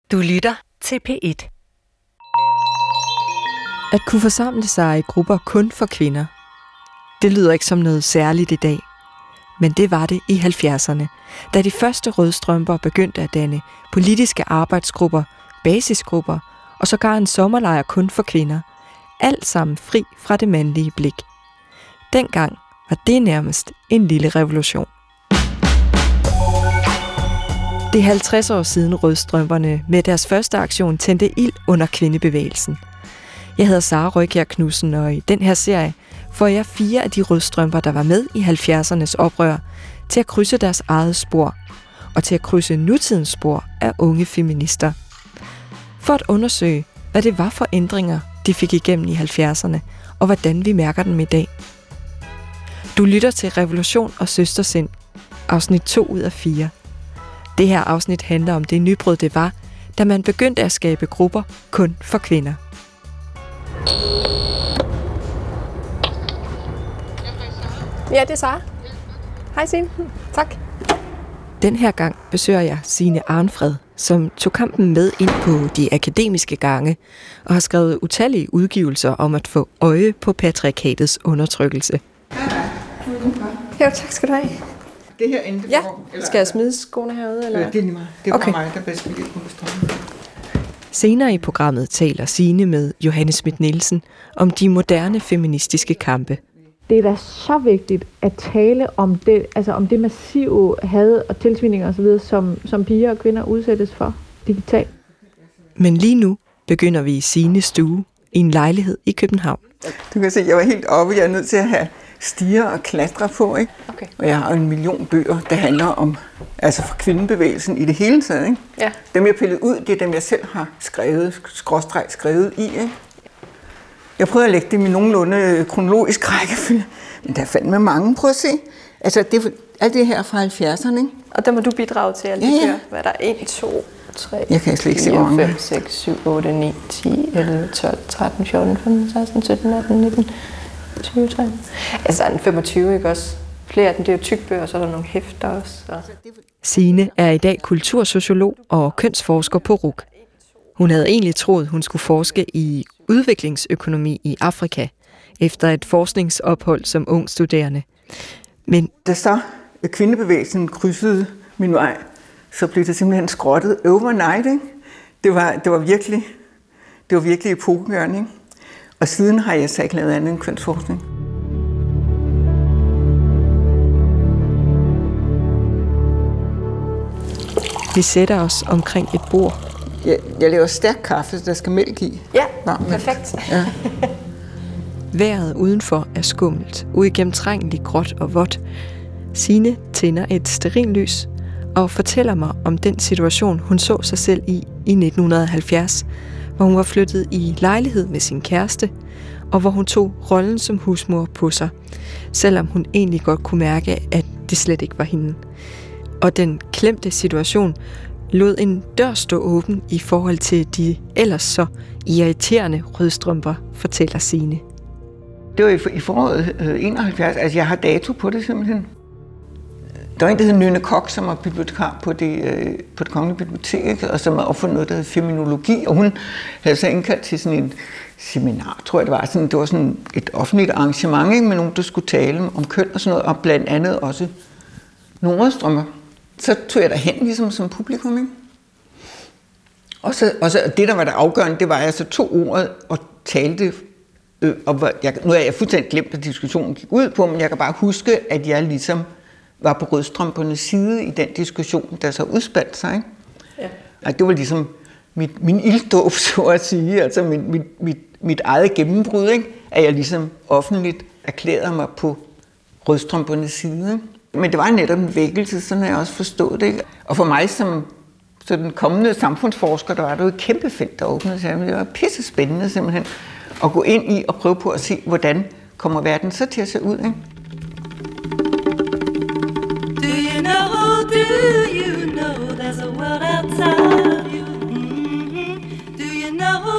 Du lytter til P1. At kunne forsamle sig i grupper kun for kvinder, det lyder ikke som noget særligt i dag. Men det var det i 70'erne, da de første rødstrømper begyndte at danne politiske arbejdsgrupper, basisgrupper og sågar en sommerlejr kun for kvinder. Alt sammen fri fra det mandlige blik. Dengang var det nærmest en lille revolution. Det er 50 år siden rødstrømperne med deres første aktion tændte ild under kvindebevægelsen. Jeg hedder Sara Røykjær Knudsen, og i den her serie får jeg 4 af de rødstrømper, der var med i 70'ernes oprør, til at krydse deres eget spor, og til at krydse nutidens spor af unge feminister. For at undersøge, hvad det var for ændringer, de fik igennem i 70'erne, og hvordan vi mærker dem i dag. Du lytter til Revolution og Søstersind, afsnit 2 ud af 4. Det her afsnit handler om det nybrud, det var, da man begyndte at skabe grupper kun for kvinder. Ja, det er Sara. Hej Signe. Tak. Den her gang besøger jeg Signe Arnfred, som tog kampen med ind på de akademiske gange og har skrevet utallige udgivelser om at få øje på patriarkatets undertrykkelse. Jo, tak skal du have. Det her endte ja. Skal jeg smide skoene herude? Eller? Det er lige meget. Det var mig, der bedst ville på strømmen. Senere i programmet taler Signe med Johanne Schmidt-Nielsen om de moderne feministiske kampe. Det er da så vigtigt at tale om det, altså om det massive had og tilsvininger osv., som piger og kvinder udsættes for digitalt. Men lige nu begynder vi i Signes stue i en lejlighed i København. Du kan se, jeg var helt oppe. Jeg er nødt til at have stiger og klatre på, ikke? Okay. Og jeg har 1 million bøger, der handler om, altså for kvindebevægelsen i det hele taget, ikke? Ja. Dem jeg pillede ud, det er dem jeg selv har skrevet i, ikke? Jeg prøvede at lægge dem i nogenlunde kronologisk rækkefølge, men der er fandme mange. Prøv at se. Altså, alt det her fra 70'erne, ikke? Og der må du bidrage til alt det her. Hvad er der? 1, 2, 3, jeg kan slet ikke 4, 5, 6, 7, 8, 9, 10, 11, 12, 13, 14, 15, 16, 17, 18, 19, 20, 30. Altså, der er en 25, ikke også? Flere af dem, det er jo tykbøger, så er der nogle hæfter også. Så. Signe er i dag kultursociolog og kønsforsker på RUC. Hun havde egentlig troet, hun skulle forske i udviklingsøkonomi i Afrika, efter et forskningsophold som ung studerende. Men da så kvindebevægelsen krydsede min vej, så blev det simpelthen skrottet overnight, ikke? Det var virkelig epokegørende, ikke? Og siden har jeg så ikke lavet andet end kønsforskning. Vi sætter os omkring et bord. Jeg laver stærk kaffe, der skal mælk i. Ja, perfekt. Ja. Vejret udenfor er skummelt, uigennemtrængeligt gråt og vådt. Signe tænder et stearinlys og fortæller mig om den situation, hun så sig selv i 1970, hvor hun var flyttet i lejlighed med sin kæreste, og hvor hun tog rollen som husmor på sig, selvom hun egentlig godt kunne mærke, at det slet ikke var hende. Og den klemte situation lod en dør stå åben i forhold til de ellers så irriterende rødstrømper, fortæller Signe. Det var i foråret 71, altså jeg har dato på det simpelthen. Der var en, der hed Nynne Kok, som var bibliotekar på det Kongelige Bibliotek, og som havde opfundet noget, der hed feminologi, og hun havde så indkaldt til sådan en seminar, tror jeg det var. Det var sådan et offentligt arrangement, ikke, med nogen, der skulle tale om køn og sådan noget, og blandt andet også nogle rødstrømper. Så tog jeg derhen ligesom som publikum, ikke? Og så det, der var det afgørende, det var, at jeg så tog ordet og talte. Nu har jeg fuldstændig glemt, at diskussionen gik ud på, men jeg kan bare huske, at jeg ligesom var på rødstrømpernes side i den diskussion, der så udspandt sig, ikke? Ja. Og det var ligesom min ilddåb, så at sige, altså mit eget gennembrud, ikke? At jeg ligesom offentligt erklærede mig på rødstrømpernes side, ikke? Men det var netop en vækkelse, sådan har jeg også forstået det, ikke? Og for mig som så den kommende samfundsforsker, der var det jo et kæmpe felt, der åbnede sig. Det var pisse spændende simpelthen at gå ind i og prøve på at se, hvordan kommer verden så til at se ud, ikke? There's a world outside of you. Do you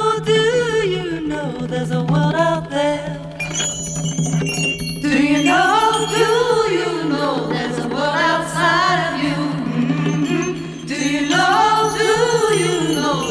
know there's a world out there? Do you know there's a world outside of you? Do you know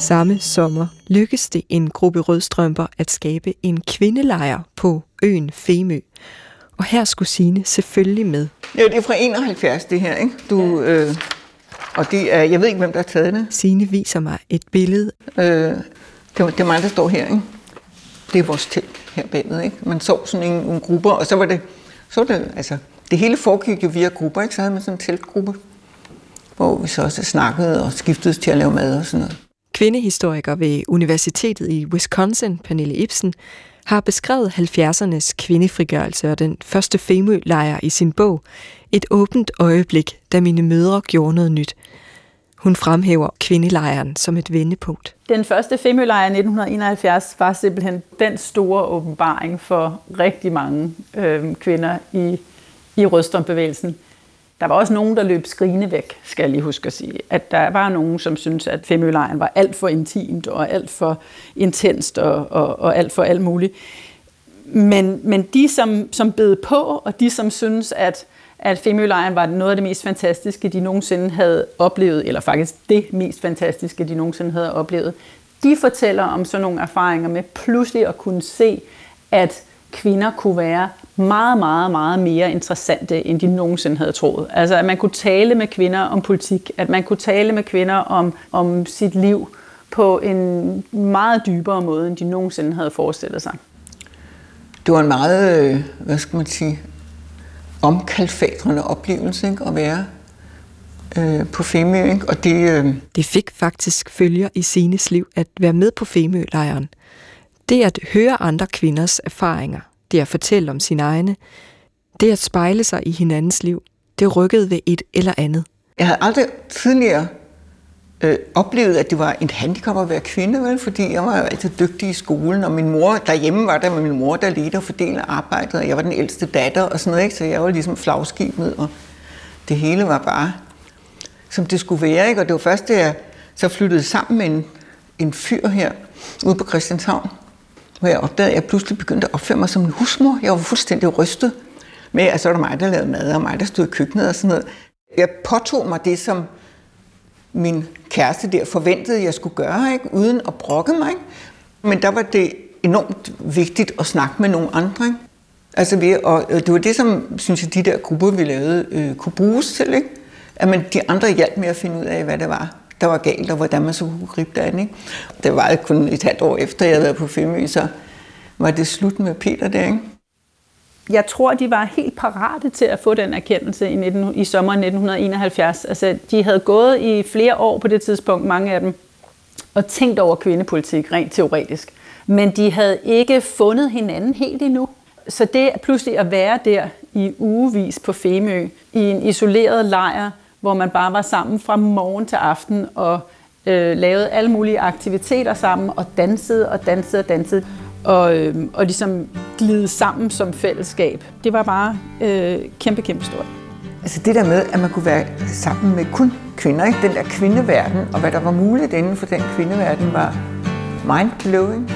Samme sommer lykkedes det en gruppe rødstrømper at skabe en kvindelejr på øen Femø. Og her skulle Signe selvfølgelig med. Ja, det er fra 71, det her, ikke? Og det er, jeg ved ikke, hvem der har taget det. Signe viser mig et billede. Det er mig, der står her, ikke? Det er vores telt her bagved, ikke? Man sov sådan nogle grupper, og så var det altså, det hele foregik jo via grupper, ikke? Så havde man sådan en teltgruppe, hvor vi så også snakkede og skiftedes til at lave mad og sådan noget. Kvindehistoriker ved Universitetet i Wisconsin, Pernille Ibsen, har beskrevet 70'ernes kvindefrigørelse og den første Femø-lejr i sin bog Et åbent øjeblik, da mine mødre gjorde noget nyt. Hun fremhæver kvindelejren som et vendepunkt. Den første Femølejr i 1971 var simpelthen den store åbenbaring for rigtig mange kvinder i rødstrømbevægelsen. Der var også nogen, der løb skrigende væk, skal jeg lige huske at sige. At der var nogen, som syntes, at Femølejren var alt for intimt og alt for intenst og alt for alt muligt. Men de, som bed på, og de, som syntes, at Femølejren var noget af det mest fantastiske, de nogensinde havde oplevet, eller faktisk det mest fantastiske, de nogensinde havde oplevet, de fortæller om sådan nogle erfaringer med pludselig at kunne se, at kvinder kunne være meget, meget, meget mere interessante, end de nogensinde havde troet. Altså, at man kunne tale med kvinder om politik, at man kunne tale med kvinder om sit liv på en meget dybere måde, end de nogensinde havde forestillet sig. Det var en meget, omkalfatrende oplevelse, ikke? At være på Femø, ikke? Og det fik faktisk følger i Signes liv at være med på Femø-lejren. Det at høre andre kvinders erfaringer, det at fortælle om sine egne, det at spejle sig i hinandens liv, det rykkede ved et eller andet. Jeg havde aldrig tidligere oplevet, at det var et handicap at være kvinde, vel? Fordi jeg var jo altid dygtig i skolen, og min mor, derhjemme var der med min mor, der ledte og fordelte arbejdet, og jeg var den ældste datter og sådan noget, ikke? Så jeg var ligesom flagskibet, og det hele var bare, som det skulle være, ikke? Og det var først, da jeg så flyttede sammen med en fyr her, ude på Christianshavn, hvor jeg opdagede, at jeg pludselig begyndte at opføre mig som en husmor. Jeg var fuldstændig rystet med, at så var det mig, der lavede mad, og mig, der stod i køkkenet og sådan noget. Jeg påtog mig det, som min kæreste der forventede, jeg skulle gøre, ikke? Uden at brokke mig. Ikke? Men der var det enormt vigtigt at snakke med nogle andre. Ikke? Altså, og det var det, som synes jeg, de der grupper, vi lavede, kunne bruges til. Ikke? At de andre hjalp med at finde ud af, hvad det var, der var galt, og hvordan man så kunne gribe det an. Ikke? Det var kun et halvt år efter, jeg havde været på Femø, så var det slut med Peter der, ikke? Jeg tror, de var helt parate til at få den erkendelse i sommeren 1971. Altså, de havde gået i flere år på det tidspunkt, mange af dem, og tænkt over kvindepolitik rent teoretisk. Men de havde ikke fundet hinanden helt endnu. Så det pludselig at være der i ugevis på Femø, i en isoleret lejr, hvor man bare var sammen fra morgen til aften og lavede alle mulige aktiviteter sammen og dansede og dansede og dansede. Og ligesom glide sammen som fællesskab. Det var bare kæmpe stort. Altså det der med, at man kunne være sammen med kun kvinder, ikke? Den der kvindeverden, og hvad der var muligt inden for den kvindeverden, var mind-blowing.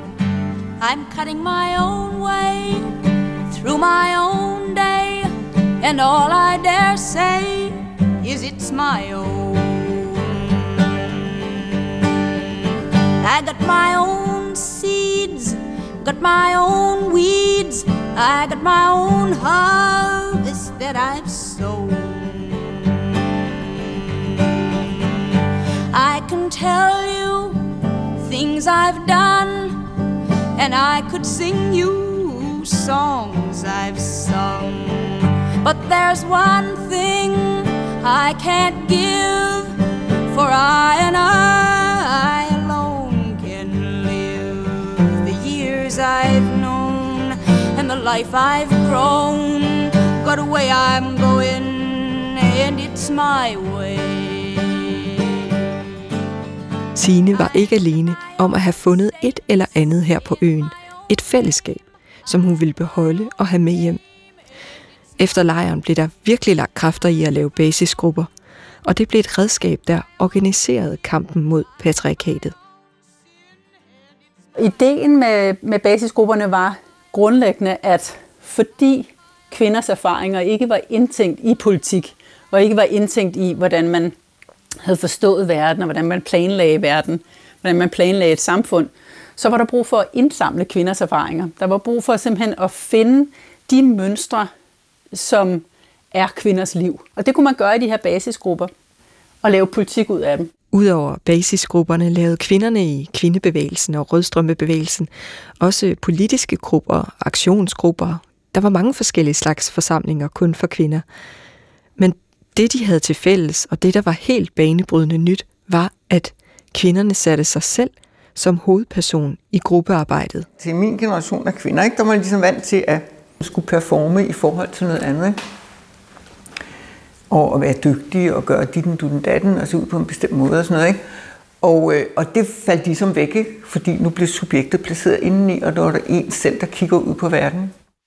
I'm cutting my own way through my own day, and all I dare say is it's my own. I got my own seeds, got my own weeds, I got my own harvest that I've sown. I can tell you things I've done, and I could sing you songs I've sung. But there's one thing I can't give, for I and I alone can live the years I've known and the life I've grown. Got a way I'm going, and it's my way. Signe var ikke alene om at have fundet et eller andet her på øen. Et fællesskab, som hun ville beholde og have med hjem. Efter lejren blev der virkelig lagt kræfter i at lave basisgrupper, og det blev et redskab, der organiserede kampen mod patriarkatet. Ideen med basisgrupperne var grundlæggende, at fordi kvinders erfaringer ikke var indtænkt i politik, og ikke var indtænkt i, hvordan man havde forstået verden, og hvordan man planlagde verden, hvordan man planlagde et samfund, så var der brug for at indsamle kvinders erfaringer. Der var brug for simpelthen at finde de mønstre, som er kvinders liv. Og det kunne man gøre i de her basisgrupper og lave politik ud af dem. Udover basisgrupperne lavede kvinderne i kvindebevægelsen og rødstrømpebevægelsen også politiske grupper, aktionsgrupper. Der var mange forskellige slags forsamlinger kun for kvinder. Men det, de havde til fælles, og det, der var helt banebrydende nyt, var, at kvinderne satte sig selv som hovedperson i gruppearbejdet. Til min generation af kvinder, ikke, der var man ligesom vant til at skulle performe i forhold til noget andet. Ikke? Og at være dygtig og gøre ditten, dutten, datten og se ud på en bestemt måde og sådan noget. Ikke? Og det faldt ligesom væk, ikke? Fordi nu blev subjektet placeret indeni, og der var der en selv, der kigger ud på verden.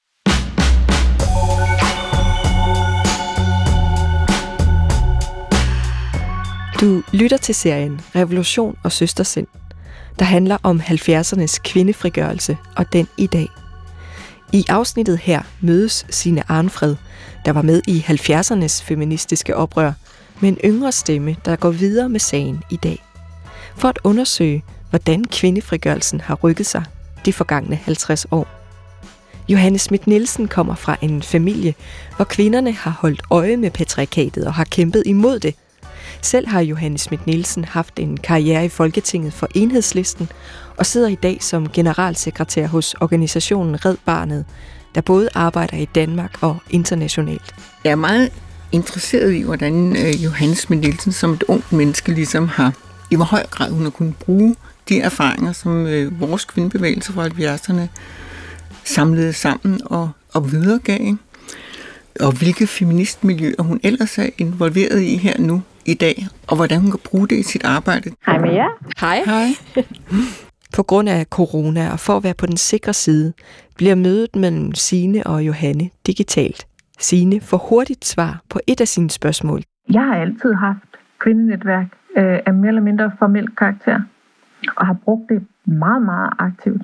Du lytter til serien Revolution og Søstersind, der handler om 70'ernes kvindefrigørelse og den i dag. I afsnittet her mødes Signe Arnfred, der var med i 70'ernes feministiske oprør, med en yngre stemme, der går videre med sagen i dag. For at undersøge, hvordan kvindefrigørelsen har rykket sig de forgangne 50 år. Johanne Schmidt-Nielsen kommer fra en familie, hvor kvinderne har holdt øje med patriarkatet og har kæmpet imod det. Selv har Johanne Schmidt-Nielsen haft en karriere i Folketinget for Enhedslisten og sidder i dag som generalsekretær hos organisationen Red Barnet, der både arbejder i Danmark og internationalt. Jeg er meget interesseret i, hvordan Johanne Schmidt-Nielsen som et ungt menneske ligesom har, i hvor høj grad hun har kunnet bruge de erfaringer, som vores kvindebevægelse fra 70'erne samlede sammen og videregav. Og hvilke feministmiljøer hun ellers er involveret i her nu i dag, og hvordan hun kan bruge det i sit arbejde. Hej med jer. Hej. Hej. På grund af corona og for at være på den sikre side, bliver mødet mellem Signe og Johanne digitalt. Signe får hurtigt svar på et af sine spørgsmål. Jeg har altid haft kvindenetværk af mere eller mindre formel karakter, og har brugt det meget, meget aktivt.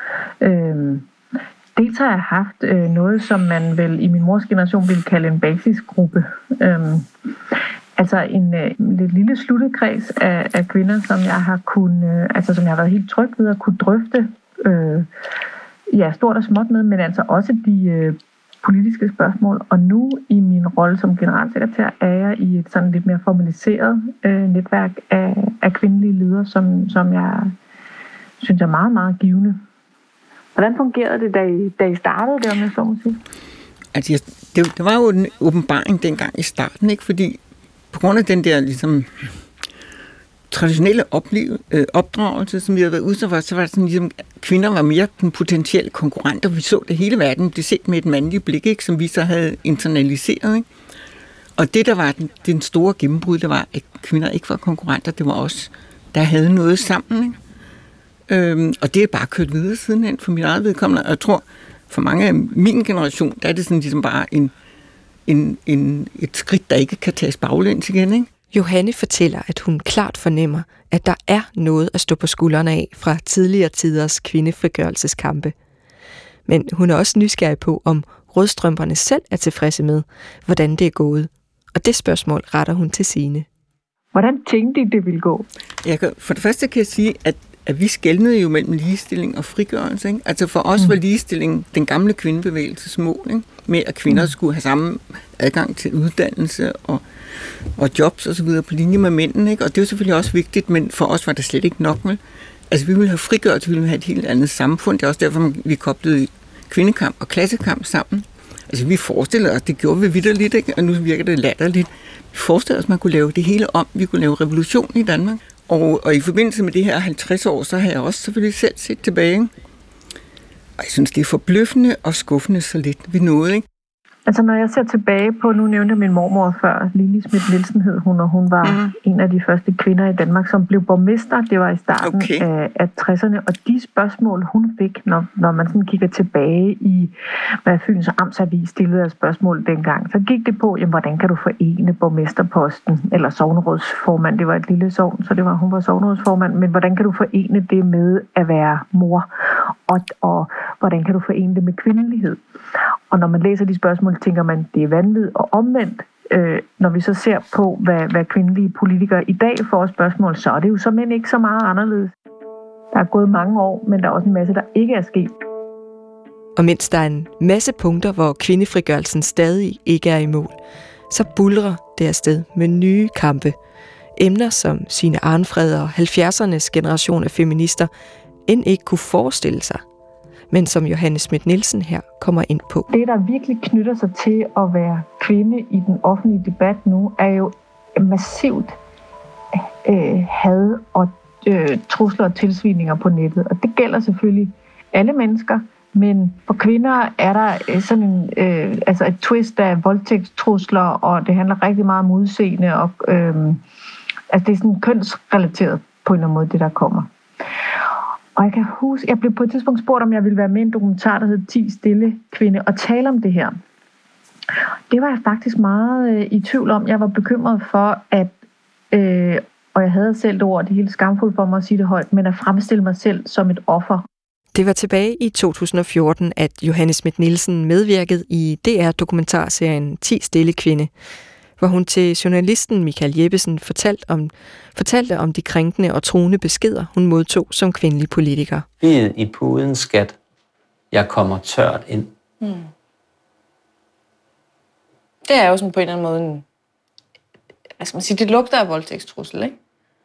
Dels har jeg haft noget, som man vel i min mors generation ville kalde en basisgruppe. Altså en lidt lille sluttet kreds af kvinder, som jeg har som jeg har været helt tryg ved at kunne drøfte stort og småt med, men altså også de politiske spørgsmål. Og nu i min rolle som generalsekretær er jeg i et sådan lidt mere formaliseret netværk af kvindelige ledere, som jeg synes er meget, meget givende. Hvordan fungerede det, da I startede det, om jeg så må sige? Altså, det var jo en åbenbaring dengang i starten, ikke? Fordi på grund af den der ligesom traditionelle opdragelse, som vi havde været udsat for, så var det sådan ligesom, kvinder var mere den potentielle konkurrenter. Vi så det hele verden, det set med et mandligt blik, ikke? Som vi så havde internaliseret. Ikke? Og det, der var den store gennembrud, det var, at kvinder ikke var konkurrenter, det var os, der havde noget sammen. Ikke? Og det er bare kørt videre sidenhen for mit eget vedkommende. Og jeg tror, for mange af min generation, der er det sådan ligesom bare et skridt, der ikke kan tages baglæns igen. Ikke? Johanne fortæller, at hun klart fornemmer, at der er noget at stå på skuldrene af fra tidligere tiders kvindefrigørelseskampe. Men hun er også nysgerrig på, om rødstrømperne selv er tilfredse med, hvordan det er gået. Og det spørgsmål retter hun til Signe. Hvordan tænkte I, det ville gå? For det første kan jeg sige, at vi skelnede jo mellem ligestilling og frigørelse. Ikke? Altså for os var ligestilling den gamle kvindebevægelses mål, ikke? Med at kvinder skulle have samme adgang til uddannelse og jobs og så videre på linje med mændene. Ikke? Og det er jo selvfølgelig også vigtigt, men for os var det slet ikke nok med. Altså vi ville have frigørelse, vi ville have et helt andet samfund. Det er også derfor, vi koblede kvindekamp og klassekamp sammen. Altså vi forestillede os, det gjorde vi vitterligt, ikke? Og nu virker det latterligt. Vi forestillede os, at man kunne lave det hele om. Vi kunne lave revolution i Danmark. Og i forbindelse med det her 50 år, så har jeg også selvfølgelig selv set tilbage. Og jeg synes, det er forbløffende og skuffende så lidt vi nåede, ikke? Altså når jeg ser tilbage på, nu nævnte min mormor før, Lili Schmidt-Nielsen hed hun, og hun var en af de første kvinder i Danmark, som blev borgmester. Det var i starten af 60'erne, og de spørgsmål, hun fik, når man sådan kigger tilbage i, hvad Fyns Amtsavis stillede af spørgsmål dengang, så gik det på, jamen, hvordan kan du forene borgmesterposten, eller sognerådsformand, det var et lille sogn, så hun var sognerådsformand, men hvordan kan du forene det med at være mor, og hvordan kan du forene det med kvindelighed? Og når man læser de spørgsmål, tænker man, det er vanvid og omvendt. Når vi så ser på, hvad kvindelige politikere i dag får spørgsmål, så er det jo simpelthen ikke så meget anderledes. Der er gået mange år, men der er også en masse, der ikke er sket. Og mens der er en masse punkter, hvor kvindefrigørelsen stadig ikke er i mål, så buldrer det afsted med nye kampe. Emner, som Signe Arnfred og 70'ernes generation af feminister end ikke kunne forestille sig, men som Johanne Schmidt-Nielsen her kommer ind på. Det, der virkelig knytter sig til at være kvinde i den offentlige debat nu, er jo massivt had og trusler og tilsvininger på nettet. Og det gælder selvfølgelig alle mennesker, men for kvinder er der sådan en, et twist af voldtægtstrusler, og det handler rigtig meget om udseende, og det er sådan kønsrelateret på en eller anden måde, det der kommer. Og jeg kan huske, jeg blev på et tidspunkt spurgt, om jeg ville være med i en dokumentar, der hed 10 stille kvinde, og tale om det her. Det var jeg faktisk meget i tvivl om. Jeg var bekymret for, at, og jeg havde selv det ord, det er helt skamfuldt for mig at sige det højt, men at fremstille mig selv som et offer. Det var tilbage i 2014, at Johanne Schmidt-Nielsen medvirkede i DR-dokumentarserien 10 stille kvinde, hvor hun til journalisten Michael Jeppesen fortalte om de krænkende og truende beskeder, hun modtog som kvindelig politiker. Bidet i puden, skat. Jeg kommer tørt ind. Det er jo sådan på en eller anden måde hvad skal man sige, det lugter af voldtægtstrussel, ikke?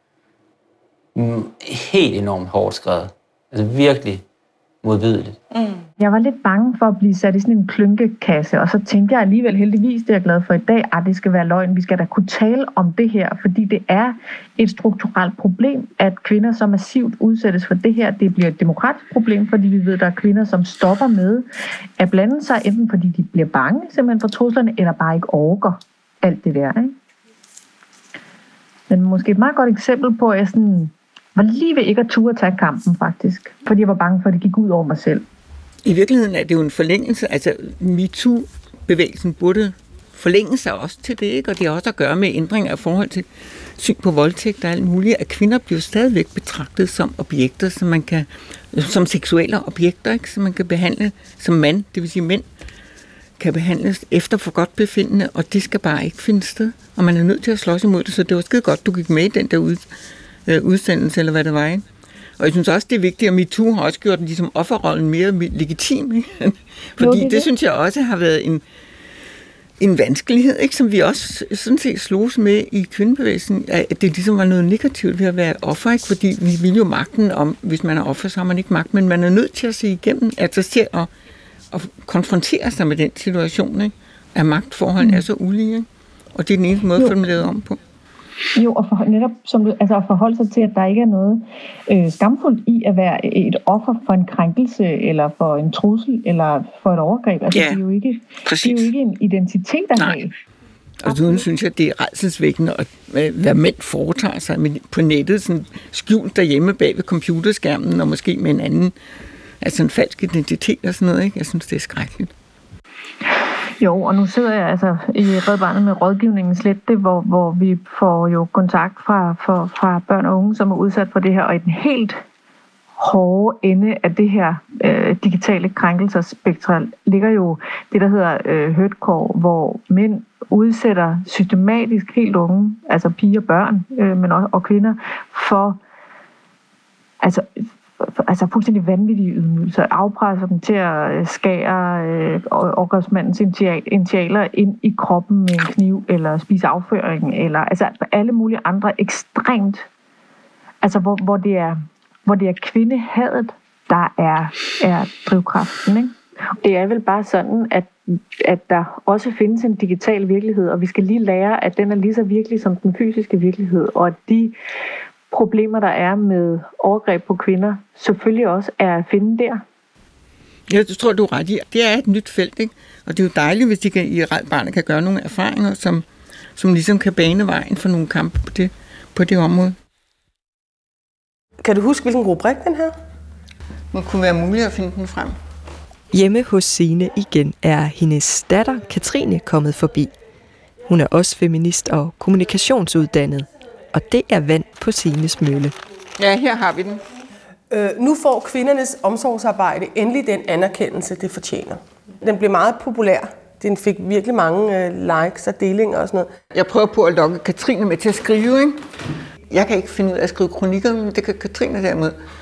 Helt enormt hårdt skrevet. Altså virkelig modbydeligt. Jeg var lidt bange for at blive sat i sådan en klynkekasse, og så tænkte jeg alligevel heldigvis, det er jeg glad for i dag, at det skal være løgn. Vi skal da kunne tale om det her, fordi det er et strukturelt problem, at kvinder så massivt udsættes for det her. Det bliver et demokratisk problem, fordi vi ved, at der er kvinder, som stopper med at blande sig, enten fordi de bliver bange simpelthen for truslerne, eller bare ikke orker alt det der, ikke? Men måske et meget godt eksempel på, at jeg sådan var lige ved ikke at turde tage kampen, faktisk. Fordi jeg var bange for, at det gik ud over mig selv. I virkeligheden er det jo en forlængelse. Altså, MeToo-bevægelsen burde forlænge sig også til det, ikke? Og det har også at gøre med ændringer af forhold til syn på voldtægt og alt muligt. At kvinder bliver stadigvæk betragtet som objekter, som seksuelle objekter, ikke? Som man kan behandle som mand, det vil sige mænd, kan behandles efter for godt befindende, og det skal bare ikke finde sted. Og man er nødt til at slås imod det, så det var skide godt, du gik med i den der udsendelse, eller hvad det var, ikke? Og jeg synes også, det er vigtigt, at MeToo har også gjort den ligesom offerrollen mere legitim, ikke? Fordi det synes jeg også har været en vanskelighed, ikke? Som vi også sådan set slogs med i kvindebevægelsen, at det ligesom var noget negativt ved at være offer, ikke? Fordi vi vil jo magten om, hvis man er offer, så har man ikke magt, men man er nødt til at se igennem, at der ser og konfrontere sig med den situation, ikke? At magtforholdene er så ulige, ikke? Og det er den eneste måde, for dem lavet om på. Jo, og netop at forholde sig til, at der ikke er noget skamfuldt i at være et offer for en krænkelse, eller for en trussel, eller for et overgreb. Altså, det er jo ikke en identitet at have. Og sådan synes jeg, det er rædselsvækkende, at hvad mænd foretager sig på nettet, sådan skjult derhjemme bag ved computerskærmen, og måske med en anden, altså en falsk identitet og sådan noget, ikke? Jeg synes, det er skrækkeligt. Jo, og nu sidder jeg altså i Red Barnet med rådgivningen Slette, hvor vi får jo kontakt fra børn og unge, som er udsat for det her, og i den helt hårde ende af det her digitale krænkelsespektrum ligger jo det, der hedder hurtcore, hvor mænd udsætter systematisk helt unge, altså piger og børn, men også, og kvinder, for altså fuldstændig vanvittige ydmygelser, afpresser dem til at skære overgrebsmandens initialer ind i kroppen med en kniv, eller spise afføring, eller altså alle mulige andre ekstremt, altså hvor det er kvindehadet, der er drivkraften, ikke? Det er vel bare sådan, at der også findes en digital virkelighed, og vi skal lige lære, at den er lige så virkelig som den fysiske virkelighed, og at de problemer, der er med overgreb på kvinder, selvfølgelig også er at finde der. Ja, det tror du er ret i. Det er et nyt felt, ikke? Og det er jo dejligt, hvis de i Red Barnet kan gøre nogle erfaringer, som ligesom kan bane vejen for nogle kampe på det område. Kan du huske, hvilken rubrik den her? Det kunne være muligt at finde den frem. Hjemme hos Signe igen er hendes datter Katrine kommet forbi. Hun er også feminist og kommunikationsuddannet. Og det er vand på Signes mølle. Ja, her har vi den. Nu får kvindernes omsorgsarbejde endelig den anerkendelse, det fortjener. Den blev meget populær. Den fik virkelig mange likes og delinger og sådan noget. Jeg prøver på at lokke Katrine med til at skrive, ikke? Jeg kan ikke finde ud af at skrive kronikker, men det kan Katrine derimod.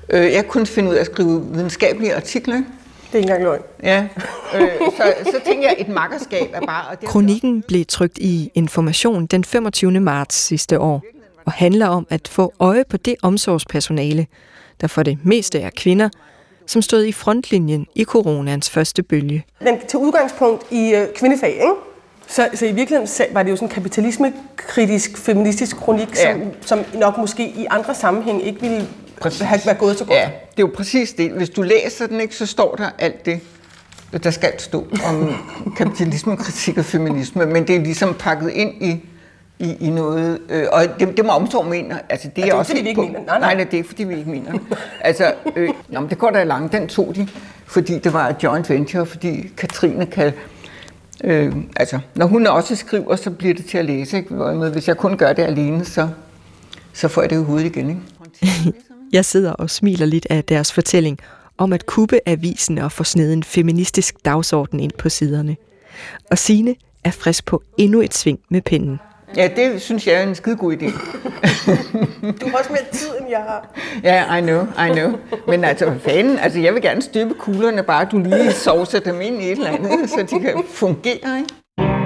Jeg kunne finde ud af at skrive videnskabelige artikler. Det er ikke engang løgn. Ja, så tænker jeg, et makkerskab er bare... Kronikken blev trykt i Information den 25. marts sidste år, og handler om at få øje på det omsorgspersonale, der for det meste er kvinder, som stod i frontlinjen i coronans første bølge. Den til udgangspunkt i kvindefag, ikke? Så i virkeligheden var det jo sådan en kapitalismekritisk, feministisk kronik, som nok måske i andre sammenhæng ikke ville have været gået så godt. Ja, det er jo præcis det. Hvis du læser den, ikke, så står der alt det, der skal stå om kapitalismekritik og feminisme, men det er ligesom pakket ind i noget, og det må omsorg mener. Altså, det er også fordi vi ikke mener. Nej, det er ikke fordi vi ikke mener. Altså, men det går da langt. Den tog de, fordi det var et joint venture, fordi Katrine kan... altså, når hun også skriver, så bliver det til at læse. Ikke? Hvis jeg kun gør det alene, så får jeg det i hovedet igen. Ikke? Jeg sidder og smiler lidt af deres fortælling om at kuppe avisen og få snedet en feministisk dagsorden ind på siderne. Og Signe er frisk på endnu et sving med pennen. Ja, det synes jeg er en skidegod idé. Du har også mere tid, end jeg har. Ja, I know. Men altså, hvad fanden? Altså, jeg vil gerne støbe kuglerne, bare du lige sovser dem ind i et eller andet, så de kan fungere, ikke?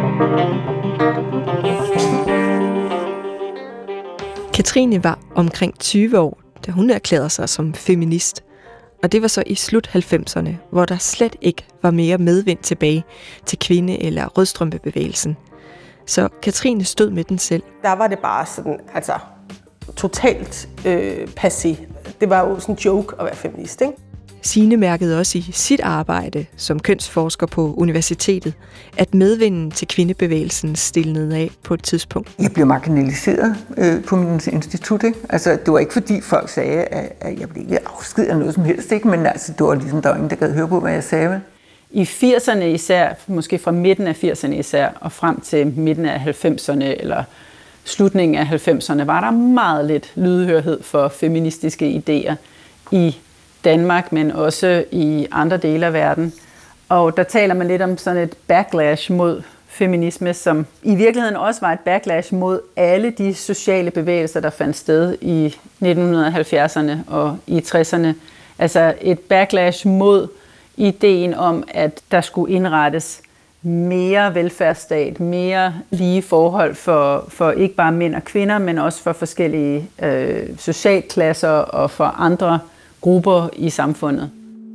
Katrine var omkring 20 år, da hun erklærede sig som feminist. Og det var så i slut 90'erne, hvor der slet ikke var mere medvind tilbage til kvinde- eller rødstrømpebevægelsen. Så Katrine stod med den selv. Der var det bare sådan, altså totalt passé. Det var jo sådan en joke at være feminist, ikke? Signe mærkede også i sit arbejde som kønsforsker på universitetet, at medvinden til kvindebevægelsen stillede af på et tidspunkt. Jeg blev marginaliseret på min institut, ikke? Altså, det var ikke fordi folk sagde, at jeg blev ikke afskedet af noget som helst, ikke? Men altså, det var ligesom, der var ingen, der gad høre på, hvad jeg sagde. I 80'erne især, måske fra midten af 80'erne især, og frem til midten af 90'erne, eller slutningen af 90'erne, var der meget lidt lydhørhed for feministiske idéer i Danmark, men også i andre dele af verden. Og der taler man lidt om sådan et backlash mod feminisme, som i virkeligheden også var et backlash mod alle de sociale bevægelser, der fandt sted i 1970'erne og i 60'erne. Altså et backlash mod ideen om, at der skulle indrettes mere velfærdsstat, mere lige forhold for ikke bare mænd og kvinder, men også for forskellige socialklasser og for andre grupper i samfundet.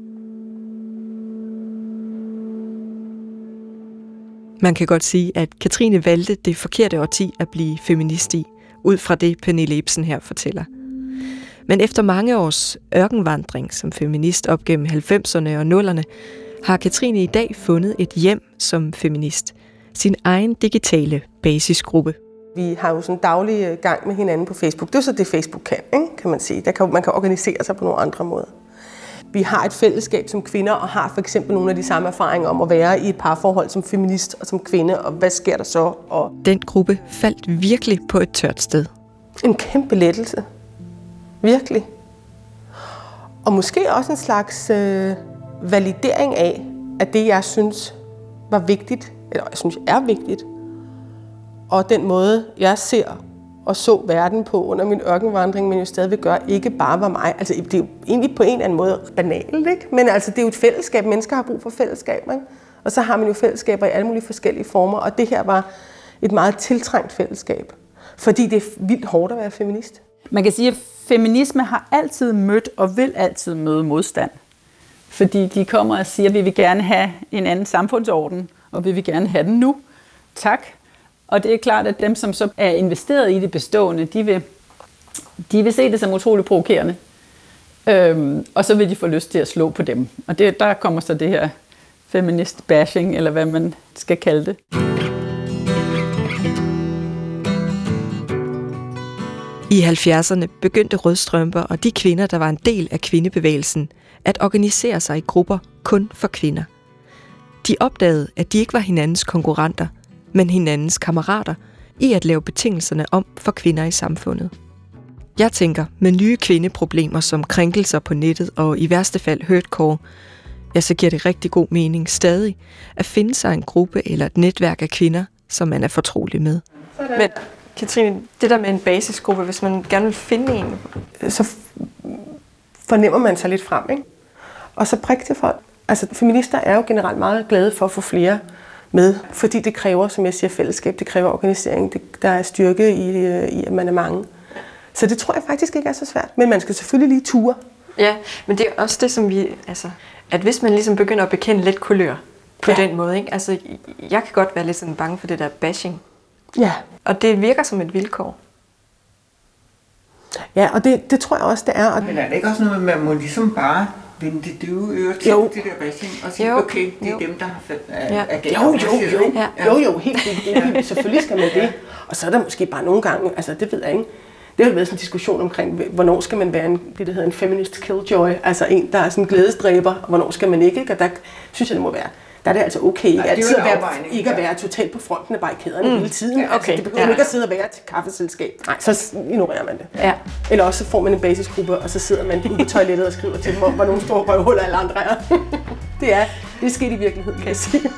Man kan godt sige, at Katrine valgte det forkerte årti at blive feminist i, ud fra det Pernille Ibsen her fortæller. Men efter mange års ørkenvandring som feminist op gennem 90'erne og 0'erne, har Katrine i dag fundet et hjem som feminist. Sin egen digitale basisgruppe. Vi har jo sådan daglig gang med hinanden på Facebook. Det er så det, Facebook kan man sige. Man kan organisere sig på nogle andre måder. Vi har et fællesskab som kvinder, og har for eksempel nogle af de samme erfaringer om at være i et parforhold som feminist og som kvinde, og hvad sker der så? Og den gruppe faldt virkelig på et tørt sted. En kæmpe lettelse. Virkelig. Og måske også en slags validering af, at det, jeg synes var vigtigt, eller jeg synes er vigtigt, og den måde, jeg ser og så verden på under min ørkenvandring, men jo stadigvæk gør, ikke bare var mig. Altså, det er jo egentlig på en eller anden måde banalt, ikke? Men altså, det er jo et fællesskab. Mennesker har brug for fællesskaber, ikke? Og så har man jo fællesskaber i alle mulige forskellige former, og det her var et meget tiltrængt fællesskab. Fordi det er vildt hårdt at være feminist. Man kan sige, at feminisme har altid mødt og vil altid møde modstand. Fordi de kommer og siger, at vi vil gerne have en anden samfundsorden, og vi vil gerne have den nu. Tak. Og det er klart, at dem, som så er investeret i det bestående, de vil se det som utroligt provokerende. Og så vil de få lyst til at slå på dem. Og der kommer så det her feminist-bashing, eller hvad man skal kalde det. I 70'erne begyndte rødstrømper og de kvinder, der var en del af kvindebevægelsen, at organisere sig i grupper kun for kvinder. De opdagede, at de ikke var hinandens konkurrenter, men hinandens kammerater i at lave betingelserne om for kvinder i samfundet. Jeg tænker, med nye kvindeproblemer som krænkelser på nettet og i værste fald hurtcore, ja, så giver det rigtig god mening stadig at finde sig en gruppe eller et netværk af kvinder, som man er fortrolig med. Men Katrine, det der med en basisgruppe, hvis man gerne vil finde en, så fornemmer man sig lidt frem, ikke? Og så prik til folk. Altså, feminister er jo generelt meget glade for at få flere med, fordi det kræver, som jeg siger, fællesskab, det kræver organisering, der er styrke i, at man er mange. Så det tror jeg faktisk ikke er så svært, men man skal selvfølgelig lige ture. Ja, men det er også det, som vi, altså, at hvis man ligesom begynder at bekende lidt kulør på den måde, ikke? Altså, jeg kan godt være lidt sådan bange for det der bashing. Ja. Og det virker som et vilkår. Ja, og det tror jeg også, det er. Men er det ikke også noget, man må ligesom bare vende det døve øre til det der bashing, og sige, okay, det er dem, der har ageret. Jo, helt vildt. Selvfølgelig skal man det. Og så er der måske bare nogle gange, altså det ved jeg ikke, det har været sådan en diskussion omkring, hvornår skal man være det der hedder en feminist killjoy, altså en, der er sådan en glædesdræber, og hvornår skal man ikke, og der synes jeg, det må være. Der er det altså okay ikke at være totalt på fronten af barrikaderne hele tiden. Ja, okay. Altså, det behøver ikke at sidde og være til kaffeselskab. Nej, så ignorerer man det. Ja. Eller også så får man en basisgruppe, og så sidder man ude på toilettet og skriver til dem om, hvor nogle store røvhuller alle andre er. Det er sket i virkeligheden, kan jeg sige.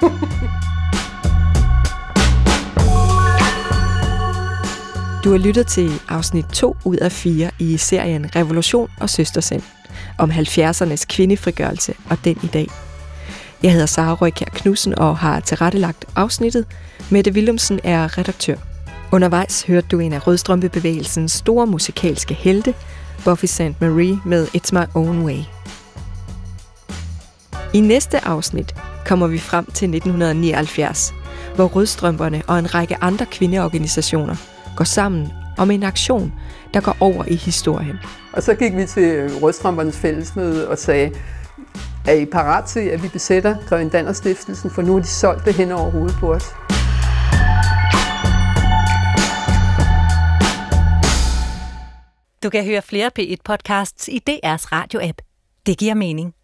Du har lyttet til afsnit 2 ud af 4 i serien Revolution og Søstersind om 70'ernes kvindefrigørelse og den i dag. Jeg hedder Sara Røykjær Knudsen og har tilrettelagt afsnittet. Mette Willumsen er redaktør. Undervejs hørte du en af rødstrømpebevægelsens store musikalske helte, Buffy St. Marie med It's My Own Way. I næste afsnit kommer vi frem til 1979, hvor rødstrømperne og en række andre kvindeorganisationer går sammen om en aktion, der går over i historien. Og så gik vi til Rødstrømpernes fællesmøde og sagde, er I parat til, at vi besætter Grevinde Danner Stiftelsen, for nu er de solgt det hen over hovedet på os. Du kan høre flere P1-podcasts i DR's radio-app. Det giver mening.